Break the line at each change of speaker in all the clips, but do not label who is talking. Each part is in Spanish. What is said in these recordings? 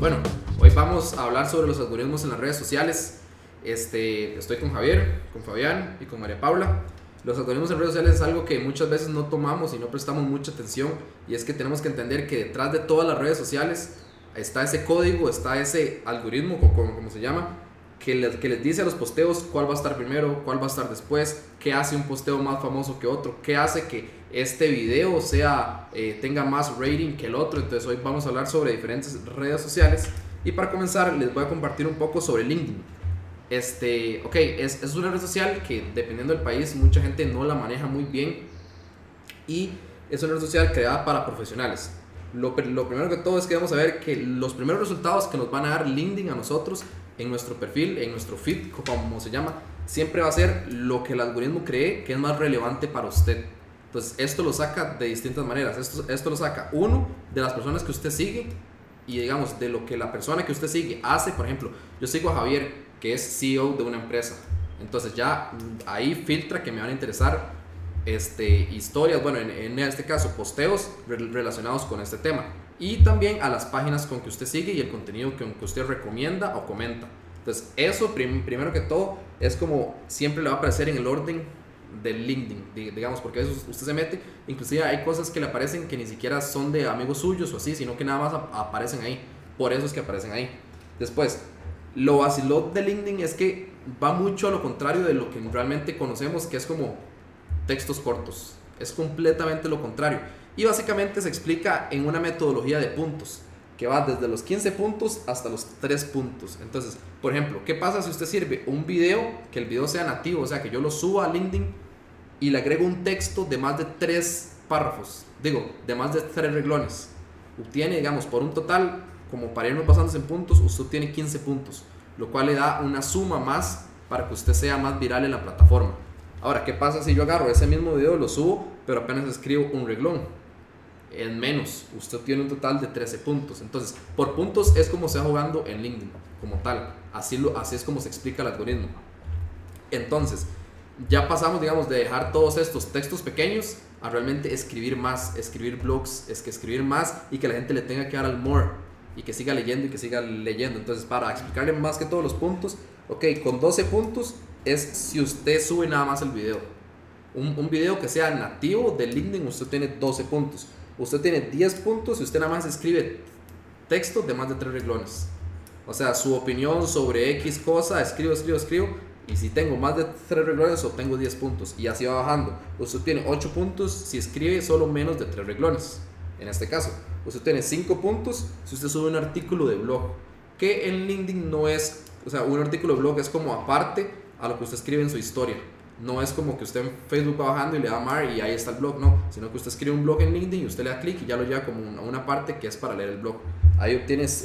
Bueno, hoy vamos a hablar sobre los algoritmos en las redes sociales. Estoy con Javier, con Fabián y con María Paula. Los algoritmos en redes sociales es algo que muchas veces no tomamos y no prestamos mucha atención, y es que tenemos que entender que detrás de todas las redes sociales está ese código, está ese algoritmo, como se llama, que les dice a los posteos cuál va a estar primero, cuál va a estar después, qué hace un posteo más famoso que otro, qué hace que este video tenga más rating que el otro. Entonces hoy vamos a hablar sobre diferentes redes sociales, y para comenzar les voy a compartir un poco sobre LinkedIn. Es una red social que, dependiendo del país, mucha gente no la maneja muy bien, y es una red social creada para profesionales. Lo primero que todo es que vamos a ver que los primeros resultados que nos van a dar LinkedIn a nosotros en nuestro perfil, en nuestro feed, como se llama, siempre va a ser lo que el algoritmo cree que es más relevante para usted. Entonces esto lo saca de distintas maneras. Esto lo saca, uno, de las personas que usted sigue, y digamos de lo que la persona que usted sigue hace. Por ejemplo, yo sigo a Javier, que es CEO de una empresa, entonces ya ahí filtra que me van a interesar historias, bueno, en este caso posteos relacionados con este tema, y también a las páginas con que usted sigue y el contenido que usted recomienda o comenta. Entonces eso primero que todo es como siempre le va a aparecer en el orden del LinkedIn, digamos, porque a veces usted se mete, inclusive hay cosas que le aparecen que ni siquiera son de amigos suyos o así, sino que nada más aparecen ahí. Por eso es que aparecen ahí. Después, lo vacilón de LinkedIn es que va mucho a lo contrario de lo que realmente conocemos, que es como textos cortos. Es completamente lo contrario, y básicamente se explica en una metodología de puntos que va desde los 15 puntos hasta los 3 puntos. Entonces, por ejemplo, ¿qué pasa si usted sirve un video, que el video sea nativo, o sea, que yo lo suba a LinkedIn y le agrego un texto de más de 3 párrafos, de más de 3 renglones? Obtiene, digamos, por un total, como para irnos basándose en puntos, usted tiene 15 puntos, lo cual le da una suma más para que usted sea más viral en la plataforma. Ahora, ¿qué pasa si yo agarro ese mismo video, lo subo, pero apenas escribo un renglón? En menos, usted tiene un total de 13 puntos. Entonces, por puntos es como se va jugando en LinkedIn, como tal. Así es como se explica el algoritmo. Entonces, ya pasamos, digamos, de dejar todos estos textos pequeños a realmente escribir más, escribir blogs, escribir más, y que la gente le tenga que dar al more, y que siga leyendo y que siga leyendo. Entonces, para explicarle más que todos los puntos, con 12 puntos es si usted sube nada más el video. Un video que sea nativo de LinkedIn, usted tiene 12 puntos. Usted tiene 10 puntos si usted nada más escribe texto de más de 3 renglones. O sea, su opinión sobre X cosa, escribo. Y si tengo más de 3 renglones, obtengo 10 puntos. Y así va bajando. Usted tiene 8 puntos si escribe solo menos de 3 renglones. En este caso, usted tiene 5 puntos si usted sube un artículo de blog. Que en LinkedIn no es, o sea, un artículo de blog es como aparte a lo que usted escribe en su historia. No es como que usted en Facebook va bajando y le da mar y ahí está el blog, no, sino que usted escribe un blog en LinkedIn y usted le da clic y ya lo lleva como una parte que es para leer el blog. Ahí obtienes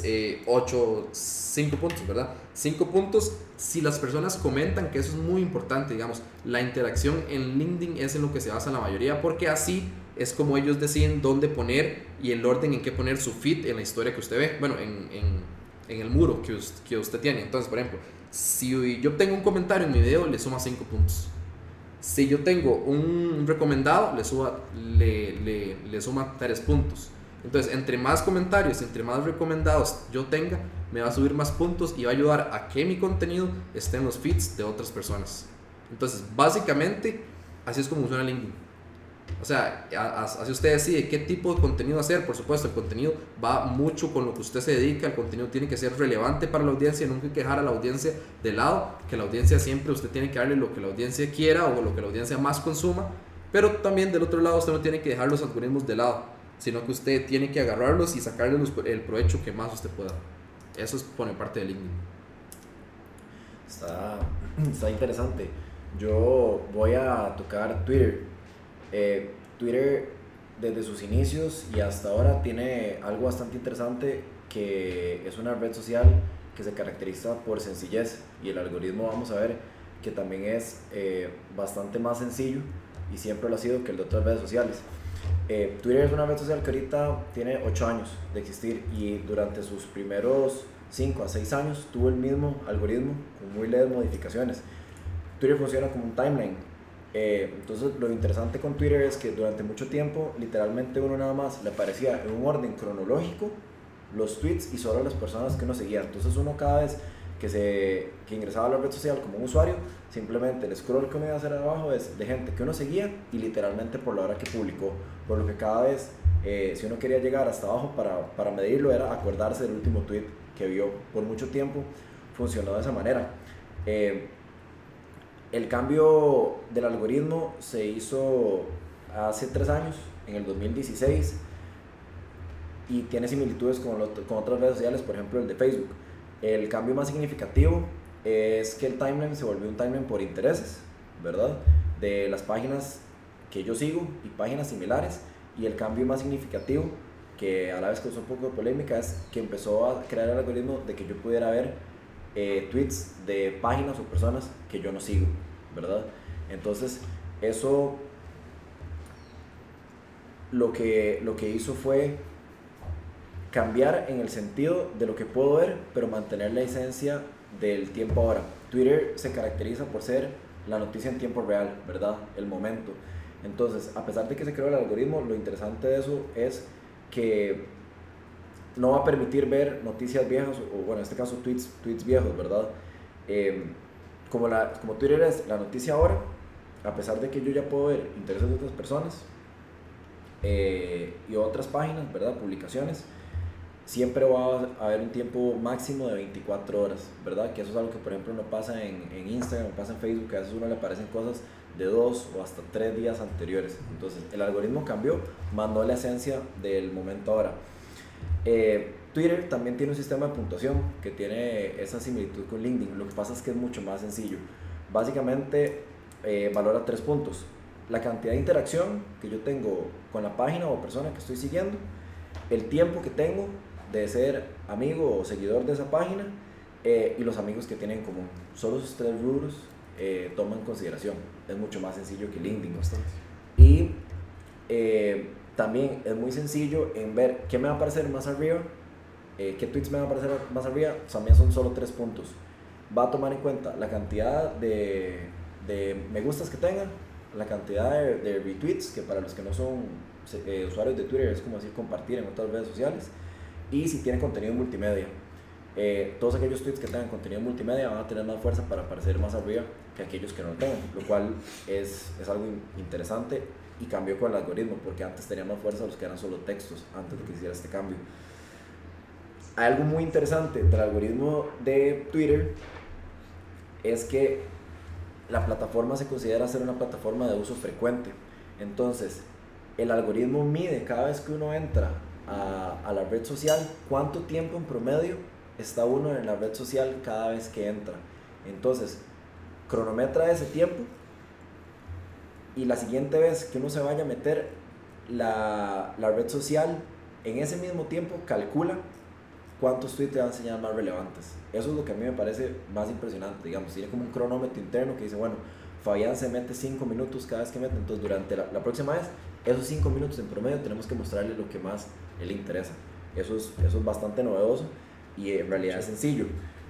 5 puntos, ¿verdad? 5 puntos si las personas comentan, que eso es muy importante, digamos. La interacción en LinkedIn es en lo que se basa la mayoría, porque así es como ellos deciden dónde poner y el orden en que poner su feed en la historia que usted ve, bueno, en el muro que usted tiene. Entonces, por ejemplo, si yo tengo un comentario en mi video, le suma 5 puntos. Si yo tengo un recomendado, le suma 3 puntos. Entonces, entre más comentarios, entre más recomendados yo tenga, me va a subir más puntos y va a ayudar a que mi contenido esté en los feeds de otras personas. Entonces, básicamente, así es como funciona LinkedIn. O sea, así usted decide qué tipo de contenido hacer. Por supuesto, el contenido va mucho con lo que usted se dedica. El contenido tiene que ser relevante para la audiencia. Nunca hay que dejar a la audiencia de lado. Que la audiencia siempre, usted tiene que darle lo que la audiencia quiera o lo que la audiencia más consuma. Pero también del otro lado, usted no tiene que dejar los algoritmos de lado, sino que usted tiene que agarrarlos y sacarles el provecho que más usted pueda. Eso es por mi parte de LinkedIn.
Está interesante. Yo voy a tocar Twitter. Twitter, desde sus inicios y hasta ahora, tiene algo bastante interesante, que es una red social que se caracteriza por sencillez, y el algoritmo, vamos a ver, que también es bastante más sencillo, y siempre lo ha sido, que el de otras redes sociales. Twitter es una red social que ahorita tiene 8 años de existir, y durante sus primeros 5 a 6 años tuvo el mismo algoritmo con muy leves modificaciones. Twitter funciona como un timeline. Entonces, lo interesante con Twitter es que durante mucho tiempo literalmente uno nada más le aparecía en un orden cronológico los tweets y solo las personas que uno seguía. Entonces uno cada vez que ingresaba a la red social como un usuario, simplemente el scroll que uno iba a hacer abajo es de gente que uno seguía y literalmente por la hora que publicó, por lo que cada vez si uno quería llegar hasta abajo para medirlo era acordarse del último tweet que vio. Por mucho tiempo funcionó de esa manera. El cambio del algoritmo se hizo hace 3 años, en el 2016, y tiene similitudes con otras redes sociales, por ejemplo el de Facebook. El cambio más significativo es que el timeline se volvió un timeline por intereses, ¿verdad? De las páginas que yo sigo y páginas similares. Y el cambio más significativo, que a la vez causó un poco de polémica, es que empezó a crear el algoritmo de que yo pudiera ver tweets de páginas o personas que yo no sigo, ¿verdad? Entonces eso lo que hizo fue cambiar en el sentido de lo que puedo ver, pero mantener la esencia del tiempo ahora. Twitter se caracteriza por ser la noticia en tiempo real, ¿verdad? El momento. Entonces, a pesar de que se creó el algoritmo, lo interesante de eso es que no va a permitir ver noticias viejas, o bueno, en este caso tweets viejos, ¿verdad? Como Twitter es la noticia ahora, a pesar de que yo ya puedo ver intereses de otras personas y otras páginas, ¿verdad? Publicaciones, siempre va a haber un tiempo máximo de 24 horas, ¿verdad? Que eso es algo que por ejemplo no pasa en Instagram, pasa en Facebook, que a veces a uno le aparecen cosas de 2 o hasta 3 días anteriores. Entonces el algoritmo cambió, mandó la esencia del momento ahora. Twitter también tiene un sistema de puntuación que tiene esa similitud con LinkedIn. Lo que pasa es que es mucho más sencillo. Básicamente valora 3 puntos: la cantidad de interacción que yo tengo con la página o persona que estoy siguiendo, el tiempo que tengo de ser amigo o seguidor de esa página, y los amigos que tienen en común. Solo esos 3 rubros toman en consideración. Es mucho más sencillo que LinkedIn.
Bastante.
Y también es muy sencillo en ver qué me va a aparecer más arriba, qué tweets me van a aparecer más arriba. También son solo 3 puntos. Va a tomar en cuenta la cantidad de me gustas que tenga, la cantidad de retweets, que para los que no son usuarios de Twitter es como decir compartir en otras redes sociales, y si tiene contenido multimedia. Todos aquellos tweets que tengan contenido multimedia van a tener más fuerza para aparecer más arriba que aquellos que no lo tengan, lo cual es algo interesante y cambió con el algoritmo, porque antes tenía más fuerza los que eran solo textos, antes de que se hiciera este cambio. Hay algo muy interesante del algoritmo de Twitter, es que la plataforma se considera ser una plataforma de uso frecuente. Entonces el algoritmo mide cada vez que uno entra a la red social cuánto tiempo en promedio está uno en la red social cada vez que entra. Entonces cronometra ese tiempo, y la siguiente vez que uno se vaya a meter la red social, en ese mismo tiempo calcula cuántos tweets te van a enseñar más relevantes. Eso es lo que a mí me parece más impresionante. Digamos, tiene como un cronómetro interno que dice, bueno, Fabián se mete 5 minutos cada vez que mete, entonces durante la próxima vez, esos 5 minutos en promedio tenemos que mostrarle lo que más le interesa. Eso es bastante novedoso y en realidad es sencillo.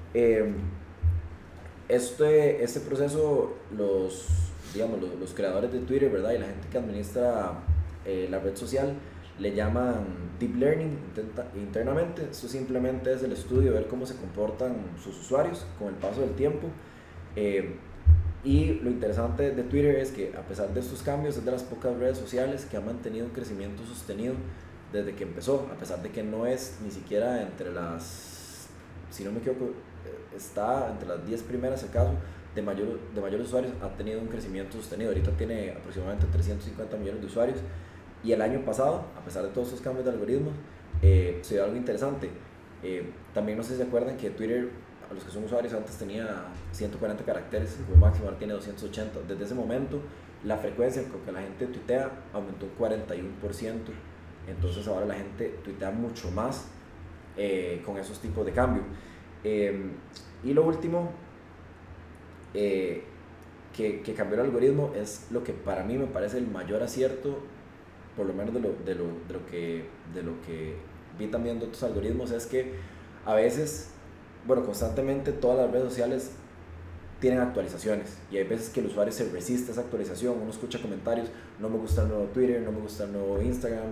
Este proceso, los creadores de Twitter, ¿verdad? Y la gente que administra la red social le llaman Deep Learning internamente. Esto simplemente es el estudio de ver cómo se comportan sus usuarios con el paso del tiempo. Y lo interesante de Twitter es que a pesar de estos cambios es de las pocas redes sociales que ha mantenido un crecimiento sostenido desde que empezó, a pesar de que no es ni siquiera entre las, si no me equivoco, está entre las 10 primeras acaso de mayores usuarios. Ha tenido un crecimiento sostenido, ahorita tiene aproximadamente 350 millones de usuarios. Y el año pasado, a pesar de todos estos cambios de algoritmos, se dio algo interesante. También no sé si se acuerdan que Twitter, a los que son usuarios, antes tenía 140 caracteres como máximo, ahora tiene 280. Desde ese momento la frecuencia con que la gente tuitea aumentó un 41%. Entonces ahora la gente tuitea mucho más con esos tipos de cambios. Y lo último que cambió el algoritmo es lo que para mí me parece el mayor acierto, por lo menos de lo que vi también de otros algoritmos, es que a veces, bueno, constantemente todas las redes sociales tienen actualizaciones, y hay veces que el usuario se resiste a esa actualización. Uno escucha comentarios: no me gusta el nuevo Twitter, no me gusta el nuevo Instagram,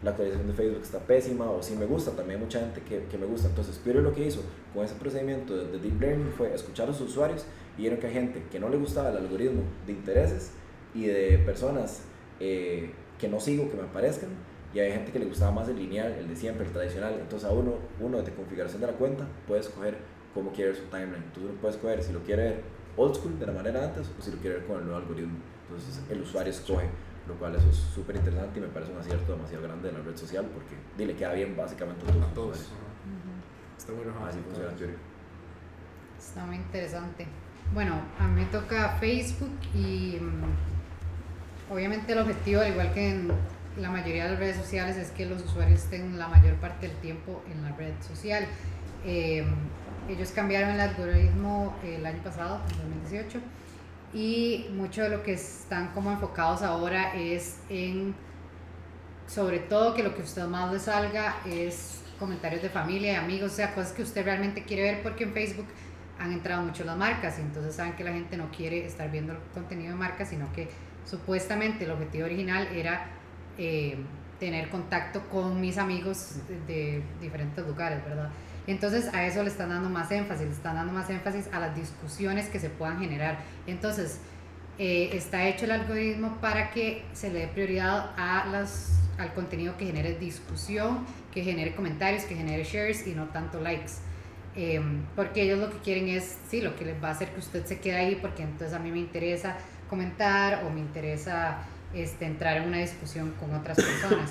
la actualización de Facebook está pésima, o si me gusta, también hay mucha gente que me gusta. Entonces Twitter lo que hizo con ese procedimiento de Deep Learning fue escuchar a los usuarios y vieron que hay gente que no le gustaba el algoritmo de intereses y de personas que no sigo, que me aparezcan, y hay gente que le gustaba más el lineal, el de siempre, el tradicional. Entonces a uno de configuración de la cuenta puede escoger cómo quiere ver su timeline. Entonces uno puede escoger si lo quiere ver old school de la manera antes o si lo quiere ver con el nuevo algoritmo. Entonces el usuario escoge, lo cual eso es súper interesante y me parece un acierto demasiado grande de la red social porque le queda bien básicamente a todos los usuarios.
Está muy enojado.
Así funciona en teoría.
Está muy interesante. Bueno, a mí me toca Facebook y obviamente el objetivo, al igual que en la mayoría de las redes sociales, es que los usuarios estén la mayor parte del tiempo en la red social. Ellos cambiaron el algoritmo el año pasado, en 2018, y mucho de lo que están como enfocados ahora es en, sobre todo, que lo que a usted más le salga es comentarios de familia y amigos, o sea, cosas que usted realmente quiere ver, porque en Facebook han entrado mucho las marcas y entonces saben que la gente no quiere estar viendo el contenido de marcas, sino que supuestamente el objetivo original era tener contacto con mis amigos de diferentes lugares, ¿verdad? Entonces a eso le están dando más énfasis a las discusiones que se puedan generar. Entonces está hecho el algoritmo para que se le dé prioridad al contenido que genere discusión, que genere comentarios, que genere shares y no tanto likes. Porque ellos lo que quieren es, sí, lo que les va a hacer que usted se quede ahí, porque entonces a mí me interesa comentar o me interesa entrar en una discusión con otras personas.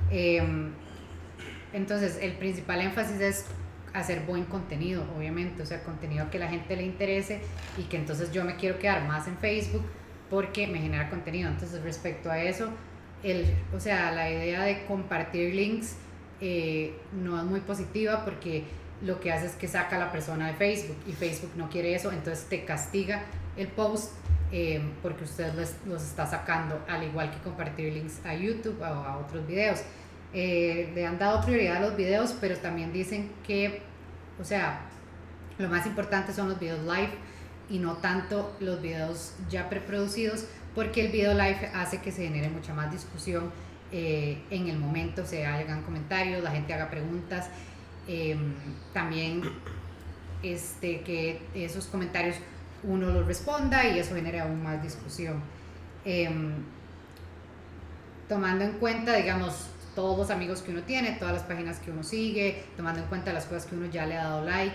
Entonces el principal énfasis es hacer buen contenido, obviamente, o sea, contenido que a la gente le interese y que entonces yo me quiero quedar más en Facebook porque me genera contenido. Entonces respecto a eso, o sea, la idea de compartir links no es muy positiva, porque lo que hace es que saca a la persona de Facebook y Facebook no quiere eso, entonces te castiga el post porque usted los está sacando, al igual que compartir links a YouTube o a otros videos. Le han dado prioridad a los videos, pero también dicen que, o sea, lo más importante son los videos live y no tanto los videos ya preproducidos, porque el video live hace que se genere mucha más discusión en el momento, se hagan comentarios, la gente haga preguntas, también que esos comentarios uno los responda y eso genera aún más discusión. Tomando en cuenta, digamos, todos los amigos que uno tiene, todas las páginas que uno sigue, tomando en cuenta las cosas que uno ya le ha dado like,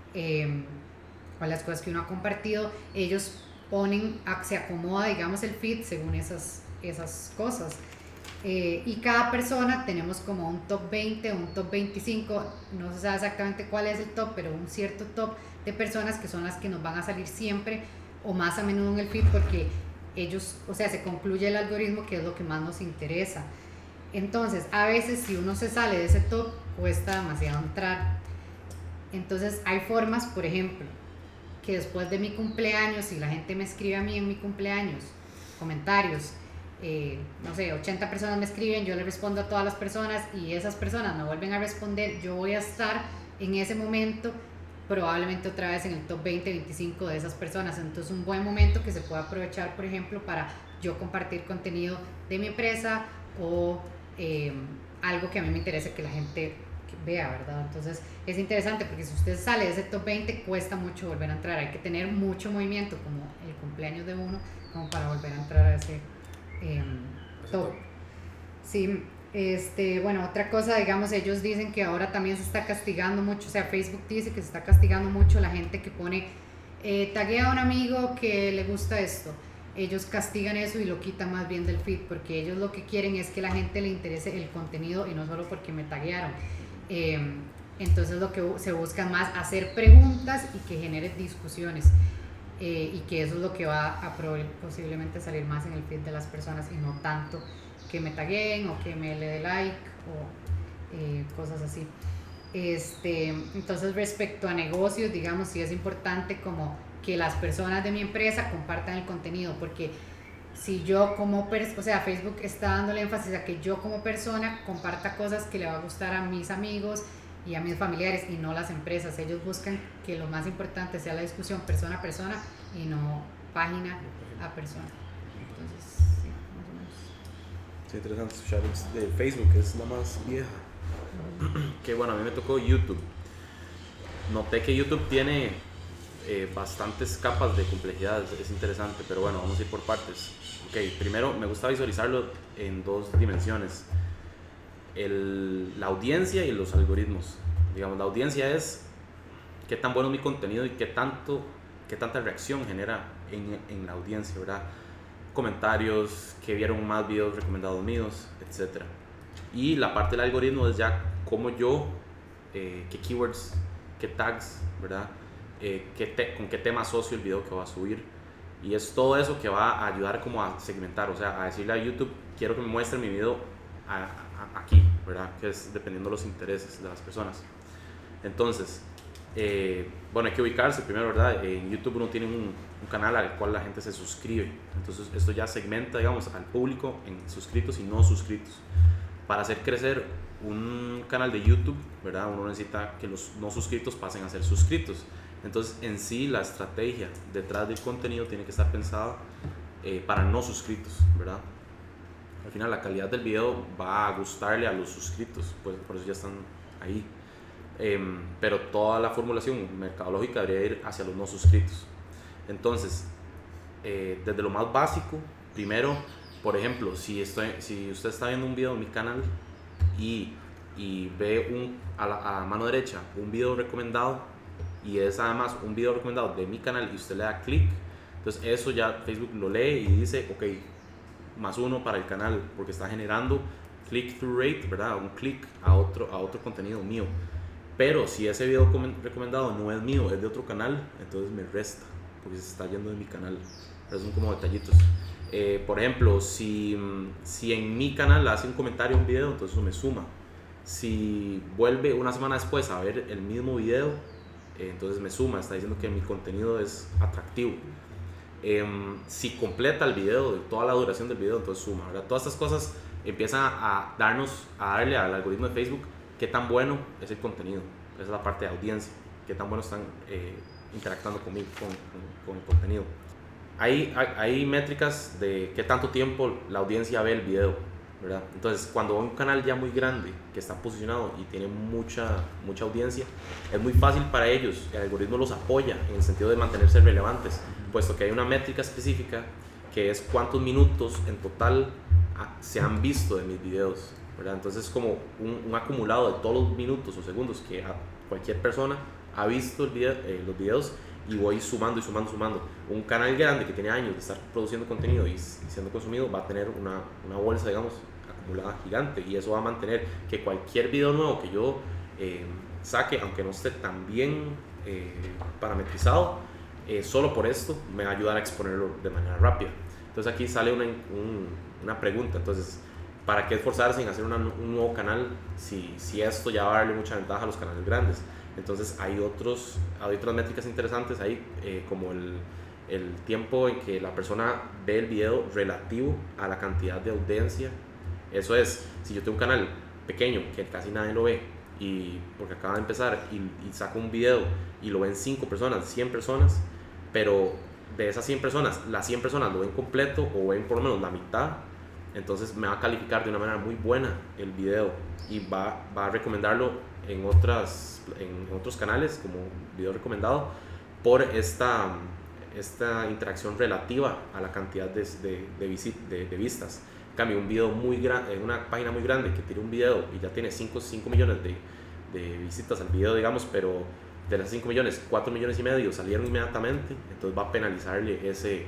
o las cosas que uno ha compartido, ellos se acomoda, digamos, el feed según esas cosas. Y cada persona tenemos como un top 20, un top 25, no se sabe exactamente cuál es el top, pero un cierto top de personas que son las que nos van a salir siempre o más a menudo en el feed, porque ellos, o sea, se concluye el algoritmo que es lo que más nos interesa. Entonces, a veces si uno se sale de ese top, cuesta demasiado entrar. Entonces, hay formas, por ejemplo, que después de mi cumpleaños, si la gente me escribe a mí en mi cumpleaños, comentarios, no sé, 80 personas me escriben, yo le respondo a todas las personas y esas personas me vuelven a responder, yo voy a estar en ese momento probablemente otra vez en el top 20, 25 de esas personas. Entonces un buen momento que se puede aprovechar, por ejemplo, para yo compartir contenido de mi empresa o algo que a mí me interese que la gente vea, ¿verdad? Entonces es interesante porque si usted sale de ese top 20 cuesta mucho volver a entrar, hay que tener mucho movimiento como el cumpleaños de uno como para volver a entrar a ese top. Sí, bueno, otra cosa, digamos, ellos dicen que ahora también se está castigando mucho, o sea, Facebook dice que se está castigando mucho la gente que pone, taguea a un amigo que le gusta esto. Ellos castigan eso y lo quitan más bien del feed, porque ellos lo que quieren es que la gente le interese el contenido y no solo porque me taguearon. Entonces lo que se busca más hacer preguntas y que genere discusiones, y que eso es lo que va a posiblemente salir más en el feed de las personas y no tanto que me tagueen o que me le dé like o cosas así. Entonces respecto a negocios, digamos, sí es importante como que las personas de mi empresa compartan el contenido, porque si yo como o sea, Facebook está dándole énfasis a que yo como persona comparta cosas que le va a gustar a mis amigos y a mis familiares y no las empresas. Ellos buscan que lo más importante sea la discusión persona a persona y no página a persona. Entonces, sí, más o menos.
Es interesante escuchar de Facebook, que es la más vieja. Que bueno, a mí me tocó YouTube. Noté que YouTube tiene bastantes capas de complejidad, es interesante, pero bueno, vamos a ir por partes. Ok, primero me gusta visualizarlo en dos dimensiones. La audiencia y los algoritmos. Digamos, la audiencia es qué tan bueno es mi contenido y qué tanta reacción genera en la audiencia, ¿verdad? Comentarios, que vieron más videos recomendados míos, etc. Y la parte del algoritmo es ya cómo yo, qué keywords, qué tags, ¿verdad? Con qué tema asocio el video que voy a subir. Y es todo eso que va a ayudar como a segmentar, o sea, a decirle a YouTube, quiero que me muestre mi video aquí, ¿verdad? Que es dependiendo de los intereses de las personas. Entonces, bueno, hay que ubicarse primero, ¿verdad? En YouTube uno tiene un canal al cual la gente se suscribe. Entonces, esto ya segmenta, digamos, al público en suscritos y no suscritos. Para hacer crecer un canal de YouTube, ¿verdad? Uno necesita que los no suscritos pasen a ser suscritos. Entonces, en sí, la estrategia detrás del contenido tiene que estar pensada para no suscritos, ¿verdad? Al final, la calidad del video va a gustarle a los suscritos, pues por eso ya están ahí. Pero toda la formulación mercadológica debería ir hacia los no suscritos. Entonces, desde lo más básico, primero, por ejemplo, si usted está viendo un video en mi canal y ve a la mano derecha un video recomendado, y es además un video recomendado de mi canal y usted le da clic, entonces eso ya Facebook lo lee y dice, ok, +1 para el canal, porque está generando click-through rate, ¿verdad? Un clic a otro contenido mío. Pero si ese video recomendado no es mío, es de otro canal, entonces me resta, porque se está yendo de mi canal. Esos son como detallitos. Por ejemplo, si en mi canal hace un comentario a un video, entonces eso me suma. Si vuelve una semana después a ver el mismo video, entonces me suma, está diciendo que mi contenido es atractivo. Si completa el video, toda la duración del video, entonces suma, ¿verdad? Todas estas cosas empiezan a darle al algoritmo de Facebook qué tan bueno es el contenido. Esa es la parte de audiencia, qué tan bueno están interactuando conmigo, con el contenido. Hay métricas de qué tanto tiempo la audiencia ve el video, ¿verdad? Entonces, cuando un canal ya muy grande, que está posicionado y tiene mucha audiencia, es muy fácil para ellos, el algoritmo los apoya en el sentido de mantenerse relevantes, puesto que hay una métrica específica que es cuántos minutos en total se han visto de mis videos, ¿verdad? Entonces es como un acumulado de todos los minutos o segundos que cualquier persona ha visto los videos, y voy sumando. Un canal grande que tiene años de estar produciendo contenido y siendo consumido va a tener una bolsa, digamos, acumulada gigante, y eso va a mantener que cualquier video nuevo que yo saque, aunque no esté tan bien parametrizado, solo por esto me va a ayudar a exponerlo de manera rápida. Entonces aquí sale una pregunta, entonces, ¿para qué esforzarse en hacer un nuevo canal si esto ya va a darle mucha ventaja a los canales grandes? Entonces hay otras métricas interesantes ahí, como el tiempo en que la persona ve el video relativo a la cantidad de audiencia. Eso es, si yo tengo un canal pequeño que casi nadie lo ve, porque acaba de empezar, y saco un video y lo ven 5 personas, 100 personas, pero de esas 100 personas, las 100 personas lo ven completo o ven por lo menos la mitad, entonces me va a calificar de una manera muy buena el video y va a recomendarlo en otros canales como video recomendado por esta interacción relativa a la cantidad de vistas. En cambio, un video muy grande, una página muy grande que tiene un video y ya tiene 5 millones de visitas al video, digamos, pero de las 5 millones, 4 millones y medio salieron inmediatamente, entonces va a penalizarle ese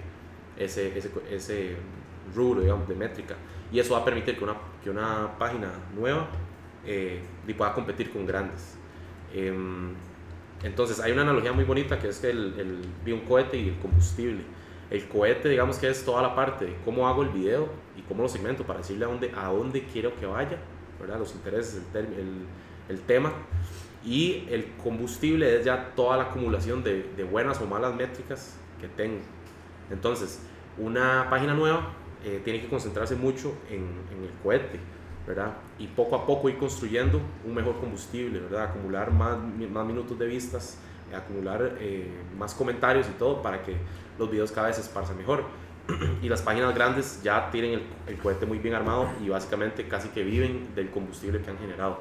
rubro, digamos, de métrica, y eso va a permitir que una página nueva pueda competir con grandes. Entonces hay una analogía muy bonita que es que vi un cohete y el combustible. El cohete, digamos, que es toda la parte de cómo hago el video y cómo lo segmento para decirle a dónde quiero que vaya, ¿verdad? Los intereses, el tema. Y el combustible es ya toda la acumulación de buenas o malas métricas que tengo. Entonces, una página nueva tiene que concentrarse mucho en el cohete, ¿verdad? Y poco a poco ir construyendo un mejor combustible, ¿verdad? Acumular más minutos de vistas, acumular más comentarios y todo para que los videos cada vez se esparzan mejor. Y las páginas grandes ya tienen el cohete muy bien armado y básicamente casi que viven del combustible que han generado.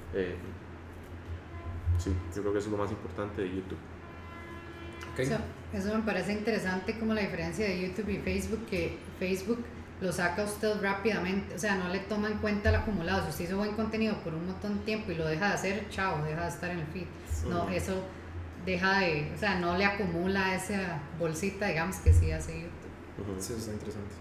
Sí, yo creo que eso es lo más importante de YouTube.
Okay.
Eso me parece interesante, como la diferencia de YouTube y Facebook, que Facebook lo saca usted rápidamente, o sea, no le toma en cuenta el acumulado. Si usted hizo buen contenido por un montón de tiempo y lo deja de hacer, chao, deja de estar en el feed. No, eso deja de, o sea, no le acumula esa bolsita, digamos, que sí hace YouTube.
Sí, eso está interesante.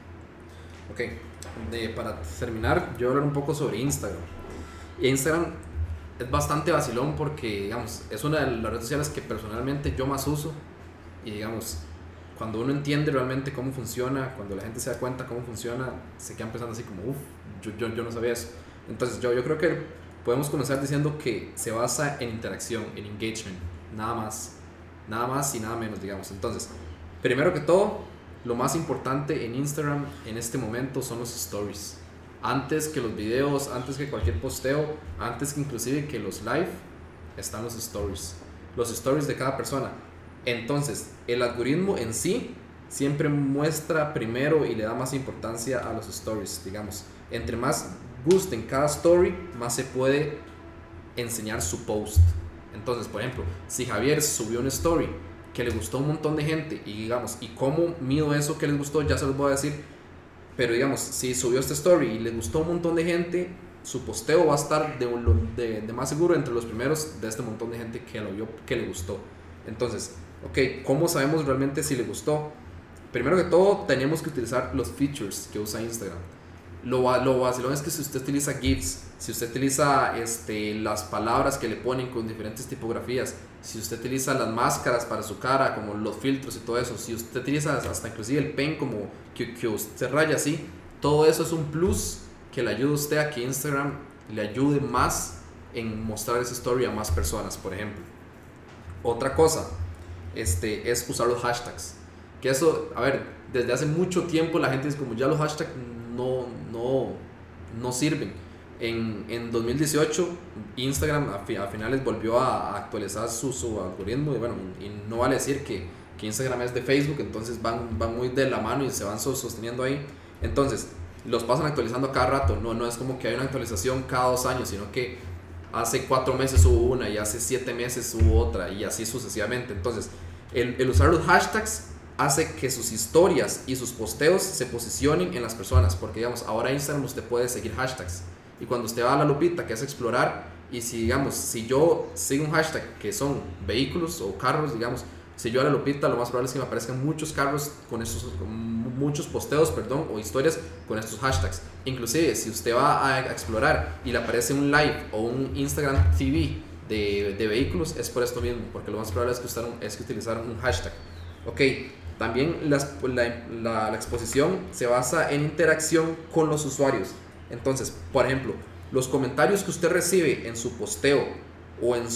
Ok, para terminar, yo voy a hablar un poco sobre Instagram. Instagram es bastante vacilón porque, digamos, es una de las redes sociales que personalmente yo más uso. Y, digamos, cuando uno entiende realmente cómo funciona, cuando la gente se da cuenta cómo funciona, se quedan pensando así como, yo no sabía eso. Entonces, yo creo que podemos comenzar diciendo que se basa en interacción, en engagement, nada más y nada menos, digamos. Entonces, primero que todo, lo más importante en Instagram en este momento son los stories. Antes que los videos, antes que cualquier posteo, antes que inclusive que los live, están los stories de cada persona. Entonces, el algoritmo en sí siempre muestra primero y le da más importancia a los stories, digamos. Entre más gusten cada story, más se puede enseñar su post. Entonces, por ejemplo, si Javier subió una story que le gustó a un montón de gente y, digamos, y cómo mido eso que les gustó, ya se los voy a decir. Pero, digamos, si subió esta story y le gustó a un montón de gente, su posteo va a estar de más seguro entre los primeros de este montón de gente que lo vio, que le gustó. Entonces, ok, ¿cómo sabemos realmente si le gustó? Primero que todo, tenemos que utilizar los features que usa Instagram. Lo vacilón es que si usted utiliza GIFs, si usted utiliza las palabras que le ponen con diferentes tipografías, si usted utiliza las máscaras para su cara, como los filtros y todo eso, si usted utiliza hasta inclusive el pen como que usted raya así, todo eso es un plus que le ayuda a usted a que Instagram le ayude más en mostrar esa story a más personas, por ejemplo. Otra cosa es usar los hashtags. Que eso, a ver, desde hace mucho tiempo la gente dice como ya los hashtags no sirven. En 2018 Instagram a finales volvió a actualizar su algoritmo y bueno, y no vale decir que Instagram es de Facebook, entonces van muy de la mano y se van sosteniendo ahí. Entonces los pasan actualizando a cada rato, no es como que hay una actualización cada 2 años, sino que hace 4 meses hubo una y hace 7 meses hubo otra y así sucesivamente. Entonces el usar los hashtags hace que sus historias y sus posteos se posicionen en las personas, porque digamos, ahora en Instagram usted puede seguir hashtags y cuando usted va a la lupita que es explorar, y si digamos, si yo sigo un hashtag que son vehículos o carros, digamos, si yo a la lupita lo más probable es que me aparezcan muchos carros muchos posteos, o historias con estos hashtags. Inclusive si usted va a explorar y le aparece un live o un Instagram TV de vehículos, es por esto mismo, porque lo más probable es que utilizaron un hashtag. Ok, también la exposición se basa en interacción con los usuarios. Entonces, por ejemplo, los comentarios que usted recibe en su posteo o en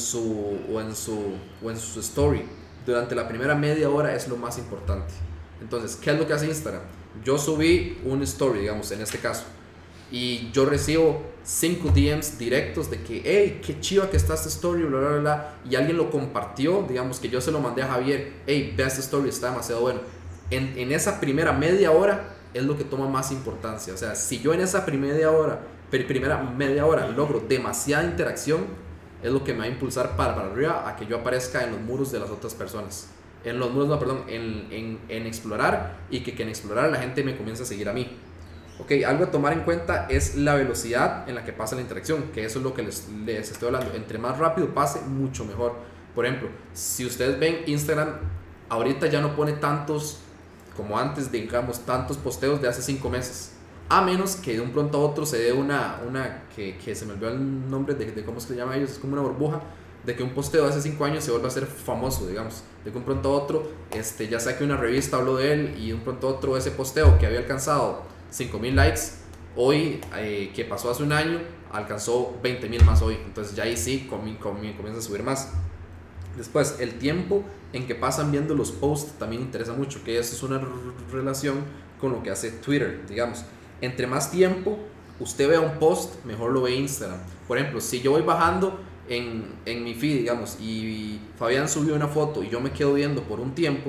su story durante la primera media hora es lo más importante. Entonces, ¿qué es lo que hace Instagram? Yo subí un story, digamos, en este caso, y yo recibo 5 DMs directos de que, hey, qué chiva que está esta story, bla, bla, bla, y alguien lo compartió, digamos que yo se lo mandé a Javier, hey, ve esta story, está demasiado bueno. En esa primera media hora es lo que toma más importancia. O sea, si yo en esa primera media hora logro demasiada interacción, es lo que me va a impulsar para arriba a que yo aparezca en los muros de las otras personas. En los muros, no, perdón, en explorar, y que en explorar la gente me comience a seguir a mí. Ok, algo a tomar en cuenta es la velocidad en la que pasa la interacción, que eso es lo que les estoy hablando. Entre más rápido pase, mucho mejor. Por ejemplo, si ustedes ven Instagram, ahorita ya no pone tantos como antes, digamos, tantos posteos de hace 5 meses. A menos que de un pronto a otro se dé una que se me olvidó el nombre de cómo se llama ellos, es como una burbuja, de que un posteo de hace 5 años se vuelva a ser famoso, digamos. De que un pronto a otro, ya sea que una revista habló de él y de un pronto a otro ese posteo que había alcanzado 5,000 likes, hoy, que pasó hace un año, alcanzó 20,000 más hoy. Entonces ya ahí sí comienza a subir más. Después, el tiempo en que pasan viendo los posts también interesa mucho, que eso es una relación con lo que hace Twitter, digamos. Entre más tiempo usted vea un post, mejor lo ve Instagram. Por ejemplo, si yo voy bajando en mi feed, digamos, y Fabián subió una foto y yo me quedo viendo por un tiempo,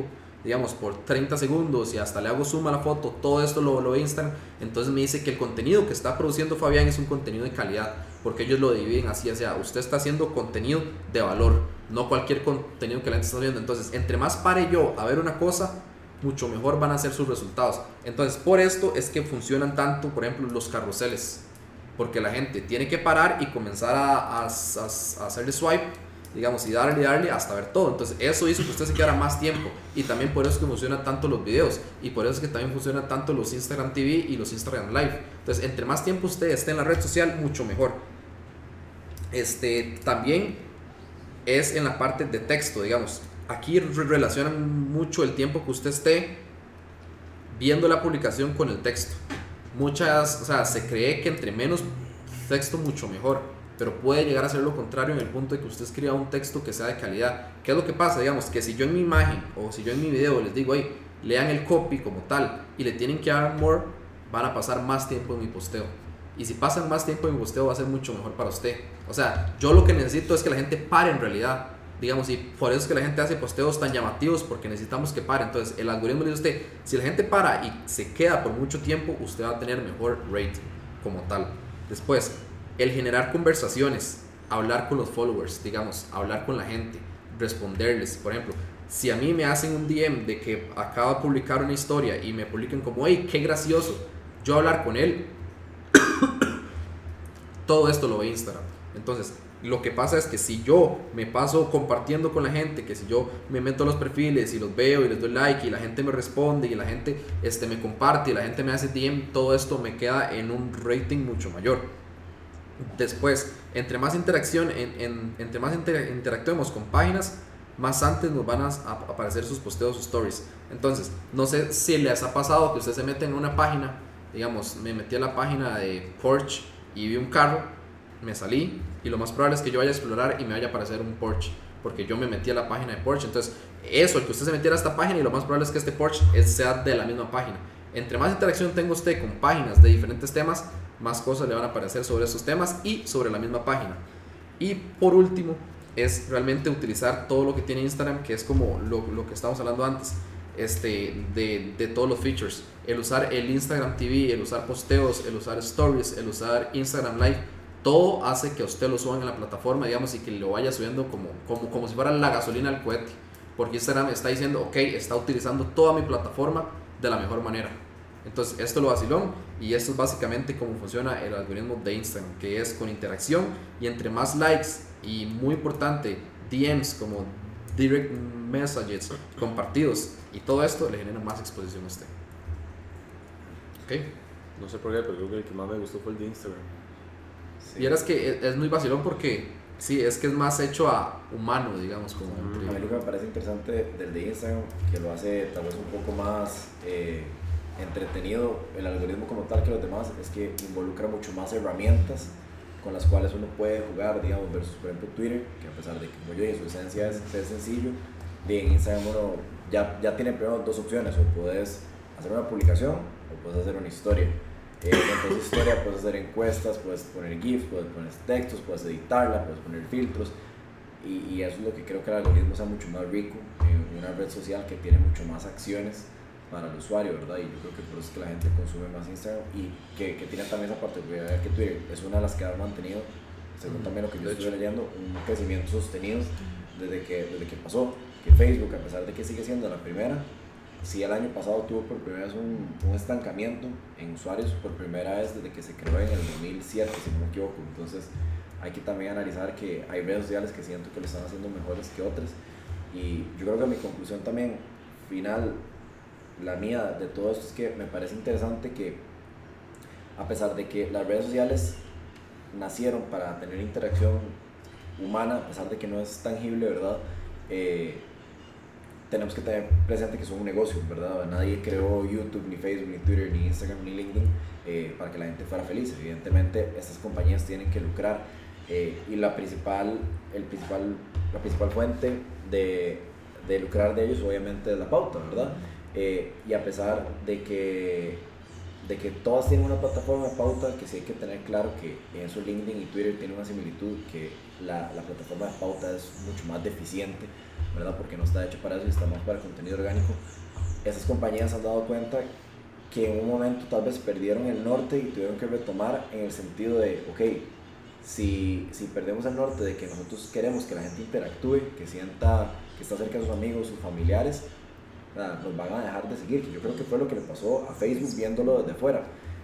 digamos, por 30 segundos y hasta le hago zoom a la foto, todo esto lo ve Instagram, entonces me dice que el contenido que está produciendo Fabián es un contenido de calidad, porque ellos lo dividen así, o sea, usted está haciendo contenido de valor, no cualquier contenido que la gente está viendo. Entonces, entre más pare yo a ver una cosa, mucho mejor van a ser sus resultados. Entonces, por esto es que funcionan tanto, por ejemplo, los carruseles, porque la gente tiene que parar y comenzar a hacerle swipe, digamos, y darle hasta ver todo. Entonces eso hizo que usted se quedara más tiempo, y también por eso es que funcionan tanto los videos, y por eso es que también funcionan tanto los Instagram TV y los Instagram Live. Entonces, entre más tiempo usted esté en la red social, mucho mejor. También es en la parte de texto, digamos, aquí relacionan mucho el tiempo que usted esté viendo la publicación con el texto. O sea, se cree que entre menos texto mucho mejor, pero puede llegar a ser lo contrario en el punto de que usted escriba un texto que sea de calidad. ¿Qué es lo que pasa? Digamos que si yo en mi imagen o si yo en mi video les digo, hey, lean el copy como tal y le tienen que dar more, van a pasar más tiempo en mi posteo. Y si pasan más tiempo en mi posteo va a ser mucho mejor para usted. O sea, yo lo que necesito es que la gente pare en realidad. Digamos, y por eso es que la gente hace posteos tan llamativos, porque necesitamos que pare. Entonces el algoritmo le dice a usted, si la gente para y se queda por mucho tiempo, usted va a tener mejor rating como tal. Después, el generar conversaciones, hablar con los followers, digamos, hablar con la gente, responderles. Por ejemplo, si a mí me hacen un DM de que acabo de publicar una historia y me publican como, hey, qué gracioso, yo hablar con él, todo esto lo ve Instagram. Entonces, lo que pasa es que si yo me paso compartiendo con la gente, que si yo me meto a los perfiles y los veo y les doy like y la gente me responde y la gente me comparte y la gente me hace DM, todo esto me queda en un rating mucho mayor. Después, entre más interacción, entre más interactuemos con páginas, más antes nos van a aparecer sus posteos, sus stories. Entonces, no sé si les ha pasado que usted se mete en una página, digamos, me metí a la página de Porsche y vi un carro, me salí y lo más probable es que yo vaya a explorar y me vaya a aparecer un Porsche, porque yo me metí a la página de Porsche. Entonces, eso, el que usted se metiera a esta página, y lo más probable es que este Porsche sea de la misma página. Entre más interacción tenga usted con páginas de diferentes temas, más cosas le van a aparecer sobre esos temas y sobre la misma página. Y por último, es realmente utilizar todo lo que tiene Instagram, que es como lo que estábamos hablando antes, de todos los features. El usar el Instagram TV, el usar posteos, el usar stories, el usar Instagram Live, todo hace que usted lo suban en la plataforma, digamos, y que lo vaya subiendo como si fuera la gasolina al cohete, porque Instagram está diciendo, ok, está utilizando toda mi plataforma de la mejor manera. Entonces, esto es lo vacilón, y esto es básicamente cómo funciona el algoritmo de Instagram, que es con interacción, y entre más likes y, muy importante, DMs como direct messages compartidos y todo esto le genera más exposición a usted. ¿Ok?
No sé por qué, pero creo que el que más me gustó fue el de Instagram.
Sí. Y ahora es que es muy vacilón porque sí, es que es más hecho a humano, digamos, como
A mí lo que me parece interesante del de Instagram, que lo hace tal vez un poco más entretenido el algoritmo como tal que los demás, es que involucra mucho más herramientas con las cuales uno puede jugar, digamos, versus por ejemplo Twitter, que a pesar de que, como yo dije, su esencia es ser sencillo, en Instagram uno ya tiene primero dos opciones: o puedes hacer una publicación o puedes hacer una historia. Entonces, historia, puedes hacer encuestas, puedes poner GIFs, puedes poner textos, puedes editarla, puedes poner filtros, y eso es lo que creo que el algoritmo sea mucho más rico en una red social que tiene mucho más acciones para el usuario, ¿verdad? Y yo creo que por eso es que la gente consume más Instagram, y que tiene también esa particularidad que Twitter es una de las que ha mantenido, según también lo que yo estuve leyendo, un crecimiento sostenido desde que pasó. Que Facebook, a pesar de que sigue siendo la primera, sí, el año pasado tuvo por primera vez un estancamiento en usuarios por primera vez desde que se creó en el 2007, si no me equivoco. Entonces hay que también analizar que hay redes sociales que siento que lo están haciendo mejores que otras, y yo creo que mi conclusión también final, la mía de todo esto, es que me parece interesante que a pesar de que las redes sociales nacieron para tener interacción humana, a pesar de que no es tangible, ¿verdad? Tenemos que tener presente que son un negocio, ¿verdad? Nadie creó YouTube, ni Facebook, ni Twitter, ni Instagram, ni LinkedIn para que la gente fuera feliz. Evidentemente estas compañías tienen que lucrar, y la principal fuente de lucrar de ellos obviamente es la pauta, ¿verdad? Y a pesar de que todas tienen una plataforma de pauta, que sí hay que tener claro que en eso LinkedIn y Twitter tienen una similitud, que la plataforma de pauta es mucho más deficiente, ¿verdad? Porque no está hecho para eso y está más para contenido orgánico. Esas compañías han dado cuenta que en un momento tal vez perdieron el norte y tuvieron que retomar en el sentido de, ok, si perdemos el norte de que nosotros queremos que la gente interactúe, que sienta que está cerca de sus amigos, sus familiares, nos van a dejar de seguir, que yo creo que fue lo que le pasó a Facebook viéndolo desde fuera.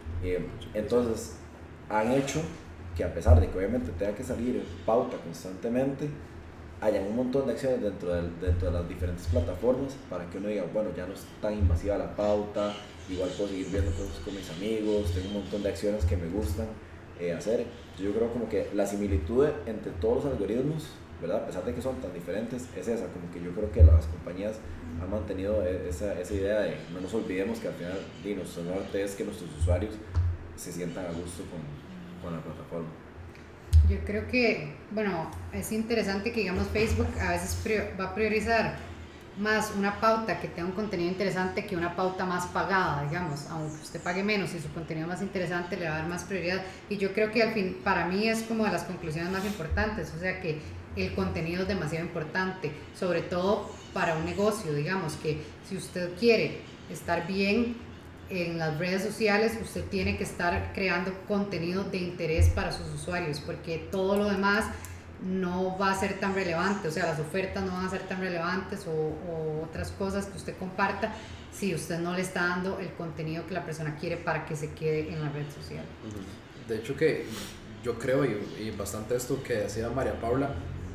Entonces han hecho que, a pesar de que obviamente tenga que salir pauta constantemente, hayan un montón de acciones dentro de las diferentes plataformas para que uno diga, bueno, ya no es tan invasiva la pauta, igual puedo seguir viendo cosas con mis amigos, tengo un montón de acciones que me gustan hacer. Yo creo como que la similitud entre todos los algoritmos, ¿verdad? A pesar de que son tan diferentes, es esa, como que yo creo que las compañías han mantenido esa idea de no nos olvidemos que al final nuestro norte es que nuestros usuarios se sientan a gusto con la plataforma.
Yo creo que, bueno, es interesante que, digamos, Facebook a veces va a priorizar más una pauta que tenga un contenido interesante que una pauta más pagada, digamos, aunque usted pague menos y su contenido más interesante le va a dar más prioridad. Y yo creo que al fin, para mí es como de las conclusiones más importantes, o sea que el contenido es demasiado importante, sobre todo para un negocio, digamos, que si usted quiere estar bien en las redes sociales, usted tiene que estar creando contenido de interés para sus usuarios, porque todo lo demás no va a ser tan relevante, o sea, las ofertas no van a ser tan relevantes o otras cosas que usted comparta si usted no le está dando el contenido que la persona quiere para que se quede en la red social.
De hecho que yo creo, y bastante esto que decía María Paula,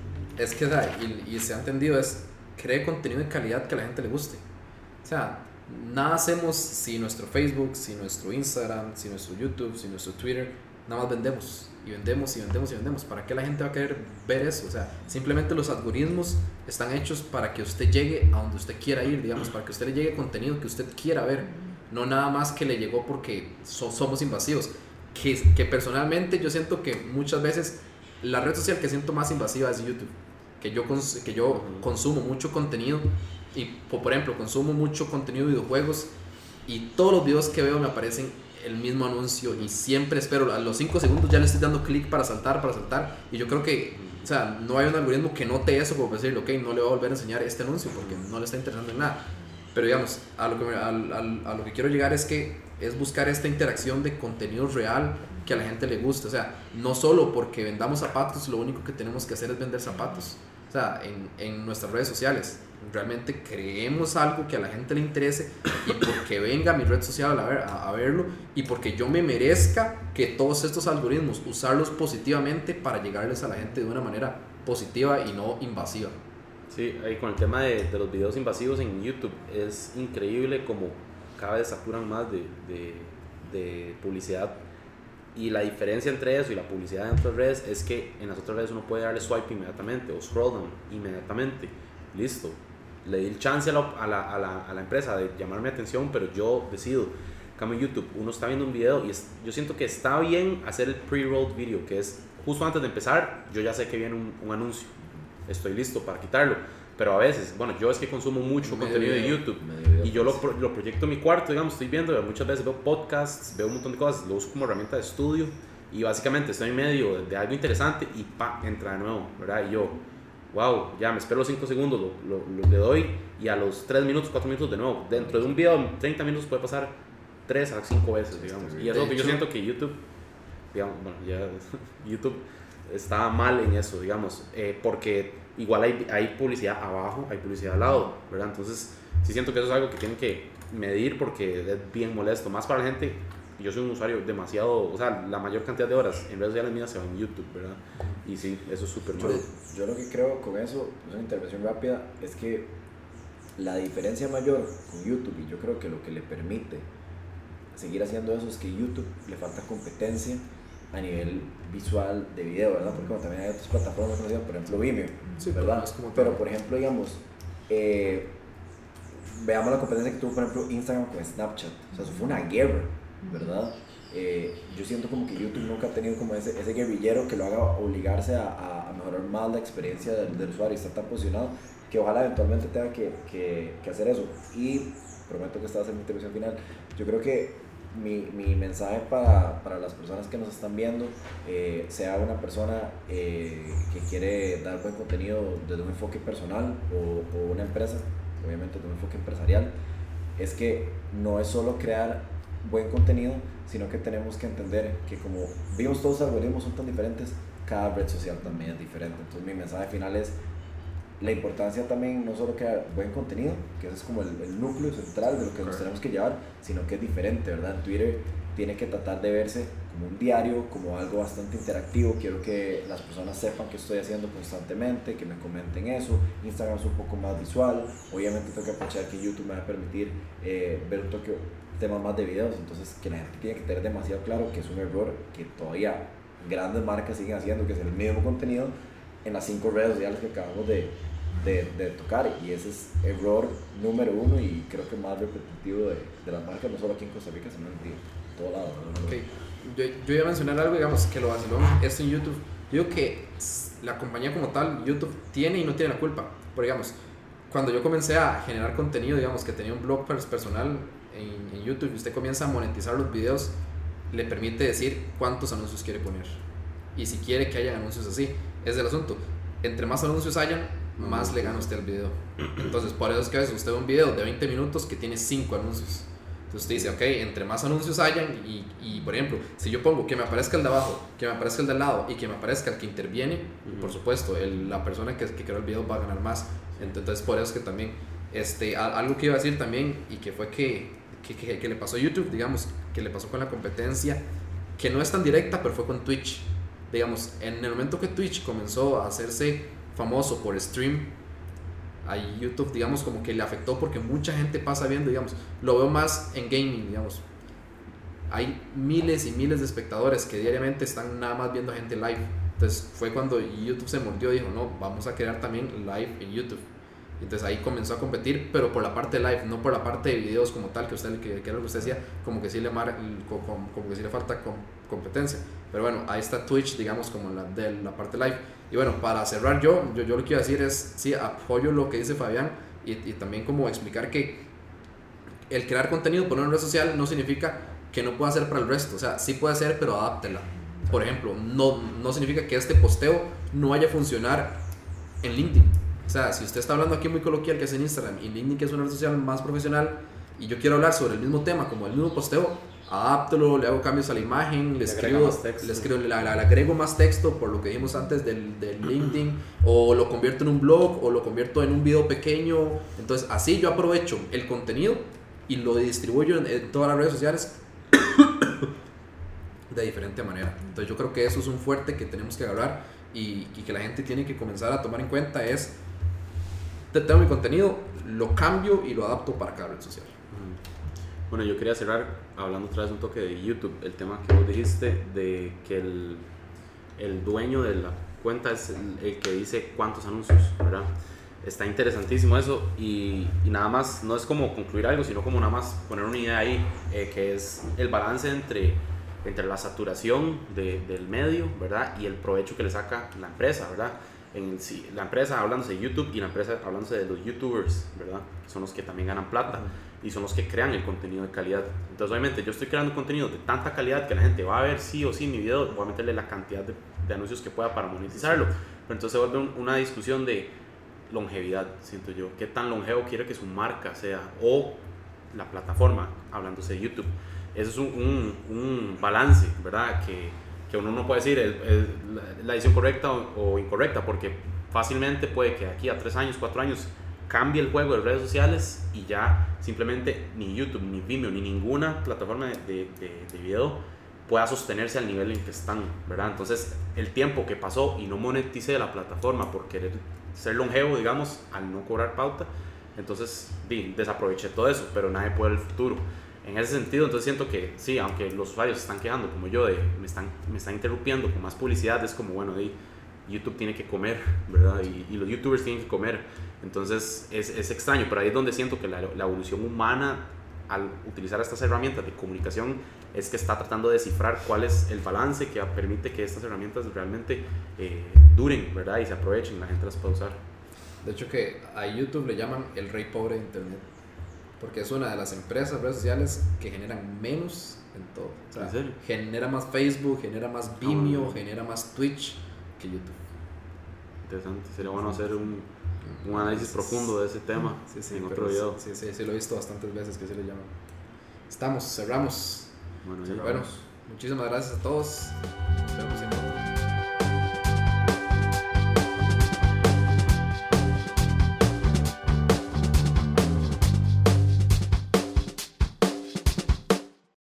es que, y se ha entendido, es cree contenido de calidad que a la gente le guste. O sea, nada hacemos si nuestro Facebook, si nuestro Instagram, si nuestro YouTube, si nuestro Twitter, nada más vendemos y vendemos y vendemos y vendemos. ¿Para qué la gente va a querer ver eso? O sea, simplemente los algoritmos están hechos para que usted llegue a donde usted quiera ir, digamos, para que usted le llegue contenido que usted quiera ver, no nada más que le llegó porque somos invasivos. Que personalmente yo siento que muchas veces la red social que siento más invasiva es YouTube, que yo consumo mucho contenido y, por ejemplo, consumo mucho contenido de videojuegos y todos los videos que veo me aparecen el mismo anuncio y siempre espero, a los 5 segundos ya le estoy dando clic para saltar y yo creo que, o sea, no hay un algoritmo que note eso como decirle, ok, no le voy a volver a enseñar este anuncio porque no le está interesando en nada. Pero digamos, a lo que quiero llegar es que es buscar esta interacción de contenido real que a la gente le guste. O sea, no solo porque vendamos zapatos, lo único que tenemos que hacer es vender zapatos. O sea, en nuestras redes sociales realmente creemos algo que a la gente le interese y porque venga a mi red social a verlo y porque yo me merezca que todos estos algoritmos usarlos positivamente para llegarles a la gente de una manera positiva y no invasiva.
Sí, ahí con el tema de los videos invasivos en YouTube es increíble como cada vez saturan más de publicidad, y la diferencia entre eso y la publicidad en otras redes es que en las otras redes uno puede darle swipe inmediatamente o scroll down inmediatamente, listo, le di el chance a la empresa de llamar mi atención, pero yo decido. En cambio en YouTube uno está viendo un video y yo siento que está bien hacer el pre-rolled video, que es justo antes de empezar, yo ya sé que viene un anuncio, estoy listo para quitarlo. Pero a veces, bueno, yo es que consumo mucho contenido de YouTube y yo lo proyecto en mi cuarto, digamos, estoy viendo, muchas veces veo podcasts, veo un montón de cosas, lo uso como herramienta de estudio y básicamente estoy en medio de algo interesante y entra de nuevo, ¿verdad? Y yo, wow, ya me espero los 5 segundos, le doy y a los 3 minutos, 4 minutos de nuevo. Dentro de un video de 30 minutos puede pasar 3 a 5 veces, digamos. Y es lo que yo siento que YouTube, digamos, bueno, ya YouTube está mal en eso, digamos, porque igual hay publicidad abajo, hay publicidad al lado, ¿verdad? Entonces, sí siento que eso es algo que tienen que medir porque es bien molesto, más para la gente. Yo soy un usuario demasiado, o sea, la mayor cantidad de horas en redes sociales mías se va en YouTube, ¿verdad? Y sí, eso es súper malo.
Yo lo que creo con eso, es una intervención rápida, es que la diferencia mayor con YouTube, y yo creo que lo que le permite seguir haciendo eso, es que YouTube le falta competencia a nivel visual de video, ¿verdad? Porque bueno, también hay otras plataformas conocidas, por ejemplo Vimeo,
sí,
¿verdad? Pero por ejemplo, digamos, veamos la competencia que tuvo, por ejemplo, Instagram con Snapchat. O sea, eso fue una guerra, ¿verdad? Yo siento como que YouTube nunca ha tenido como ese guerrillero que lo haga obligarse a mejorar más la experiencia del usuario, y está tan posicionado que ojalá eventualmente tenga que hacer eso. Y prometo que esta va a ser mi intervención final. Yo creo que mi mensaje para las personas que nos están viendo, sea una persona que quiere dar buen contenido desde un enfoque personal o una empresa, obviamente desde un enfoque empresarial, es que no es solo crear buen contenido, sino que tenemos que entender que como vimos todos los algoritmos son tan diferentes, cada red social también es diferente. Entonces mi mensaje final es la importancia también no solo crear buen contenido, que ese es como el núcleo central de lo que nos tenemos que llevar, sino que es diferente, ¿verdad? Twitter tiene que tratar de verse como un diario, como algo bastante interactivo. Quiero que las personas sepan qué estoy haciendo constantemente, que me comenten eso. Instagram es un poco más visual. Obviamente tengo que aprovechar que YouTube me va a permitir ver un toque, temas más de videos. Entonces que la gente tiene que tener demasiado claro que es un error que todavía grandes marcas siguen haciendo, que es el mismo contenido en las 5 redes sociales que acabamos de tocar, y ese es error número 1 y creo que más repetitivo de las marcas, no solo aquí en Costa Rica, sino en todo lado, ¿no?
Okay. Yo iba a mencionar algo, digamos, que lo vacilón es en YouTube. Yo digo que la compañía como tal, YouTube, tiene y no tiene la culpa. Pero digamos, cuando yo comencé a generar contenido, digamos que tenía un blog personal en YouTube, y usted comienza a monetizar los videos, le permite decir cuántos anuncios quiere poner y si quiere que haya anuncios así. Es el asunto, entre más anuncios hayan, más le gana usted al video. Entonces por eso es que a veces usted ve un video de 20 minutos que tiene 5 anuncios. Entonces usted dice, ok, entre más anuncios hayan, y por ejemplo, si yo pongo que me aparezca el de abajo, que me aparezca el de al lado y que me aparezca el que interviene, por supuesto, la persona que creó el video va a ganar más. Entonces por eso es que también, algo que iba a decir también, y que fue que le pasó a YouTube, digamos, que le pasó con la competencia, que no es tan directa, pero fue con Twitch. Digamos, en el momento que Twitch comenzó a hacerse famoso por stream, a YouTube, digamos, como que le afectó porque mucha gente pasa viendo, digamos, lo veo más en gaming, digamos, hay miles y miles de espectadores que diariamente están nada más viendo gente live. Entonces fue cuando YouTube se mordió y dijo, no, vamos a crear también live en YouTube. Entonces ahí comenzó a competir, pero por la parte live, no por la parte de videos como tal, que era lo que usted decía, como que sí le falta competencia. Pero bueno, ahí está Twitch, digamos, como la parte live. Y bueno, para cerrar yo lo que quiero decir es, sí, apoyo lo que dice Fabián, y también como explicar que el crear contenido por una red social no significa que no pueda ser para el resto. O sea, sí puede ser, pero adáptela. Por ejemplo, no significa que este posteo no vaya a funcionar en LinkedIn. O sea, si usted está hablando aquí muy coloquial, que es en Instagram, y LinkedIn, que es una red social más profesional, y yo quiero hablar sobre el mismo tema, como el mismo posteo, adáptelo, le hago cambios a la imagen, le agrego más texto, por lo que dijimos antes del LinkedIn, o lo convierto en un blog, o lo convierto en un video pequeño. Entonces así yo aprovecho el contenido y lo distribuyo en todas las redes sociales de diferente manera. Entonces yo creo que eso es un fuerte que tenemos que agarrar, y que la gente tiene que comenzar a tomar en cuenta. Es, tengo mi contenido, lo cambio y lo adapto para cada red social.
Bueno, yo quería cerrar hablando otra vez un toque de YouTube, el tema que vos dijiste de que el dueño de la cuenta es el que dice cuántos anuncios, ¿verdad? Está interesantísimo eso, y nada más, no es como concluir algo, sino como nada más poner una idea ahí, que es el balance entre la saturación del medio, ¿verdad? Y el provecho que le saca la empresa, ¿verdad? La empresa hablándose de YouTube y la empresa hablándose de los YouTubers, ¿verdad? Que son los que también ganan plata y son los que crean el contenido de calidad. Entonces obviamente yo estoy creando contenido de tanta calidad que la gente va a ver sí o sí mi video, voy a meterle la cantidad de anuncios que pueda para monetizarlo, pero entonces se vuelve una discusión de longevidad, siento yo. ¿Qué tan longevo quiere que su marca sea, o la plataforma, hablándose de YouTube? Eso es un balance, ¿verdad? Que uno no puede decir la decisión correcta o incorrecta, porque fácilmente puede que aquí a 3 años, 4 años cambie el juego de redes sociales y ya simplemente ni YouTube, ni Vimeo, ni ninguna plataforma de video pueda sostenerse al nivel en que están, ¿verdad? Entonces el tiempo que pasó y no moneticé la plataforma por querer ser longevo, digamos, al no cobrar pauta, entonces desaproveché todo eso, pero nadie puede ver el futuro. En ese sentido, entonces siento que sí, aunque los usuarios se están quejando como yo, me están interrumpiendo con más publicidad, es como, bueno, YouTube tiene que comer, ¿verdad? Y los YouTubers tienen que comer. Entonces es extraño, pero ahí es donde siento que la evolución humana, al utilizar estas herramientas de comunicación, es que está tratando de descifrar cuál es el balance que permite que estas herramientas realmente duren, ¿verdad? Y se aprovechen, la gente las puede usar.
De hecho, que a YouTube le llaman el rey pobre de Internet, porque es una de las empresas, redes sociales, que generan menos en todo. O sea,
¿En serio?
genera más Facebook, genera más Vimeo,
bueno.
genera más Twitch que YouTube.
Interesante, sería bueno hacer un análisis profundo de ese tema
Sí,
en
pero
otro video.
sí, lo he visto bastantes veces que se le llama. Cerramos.
Bueno,
Cerramos.
Bueno, muchísimas gracias a todos. Nos vemos en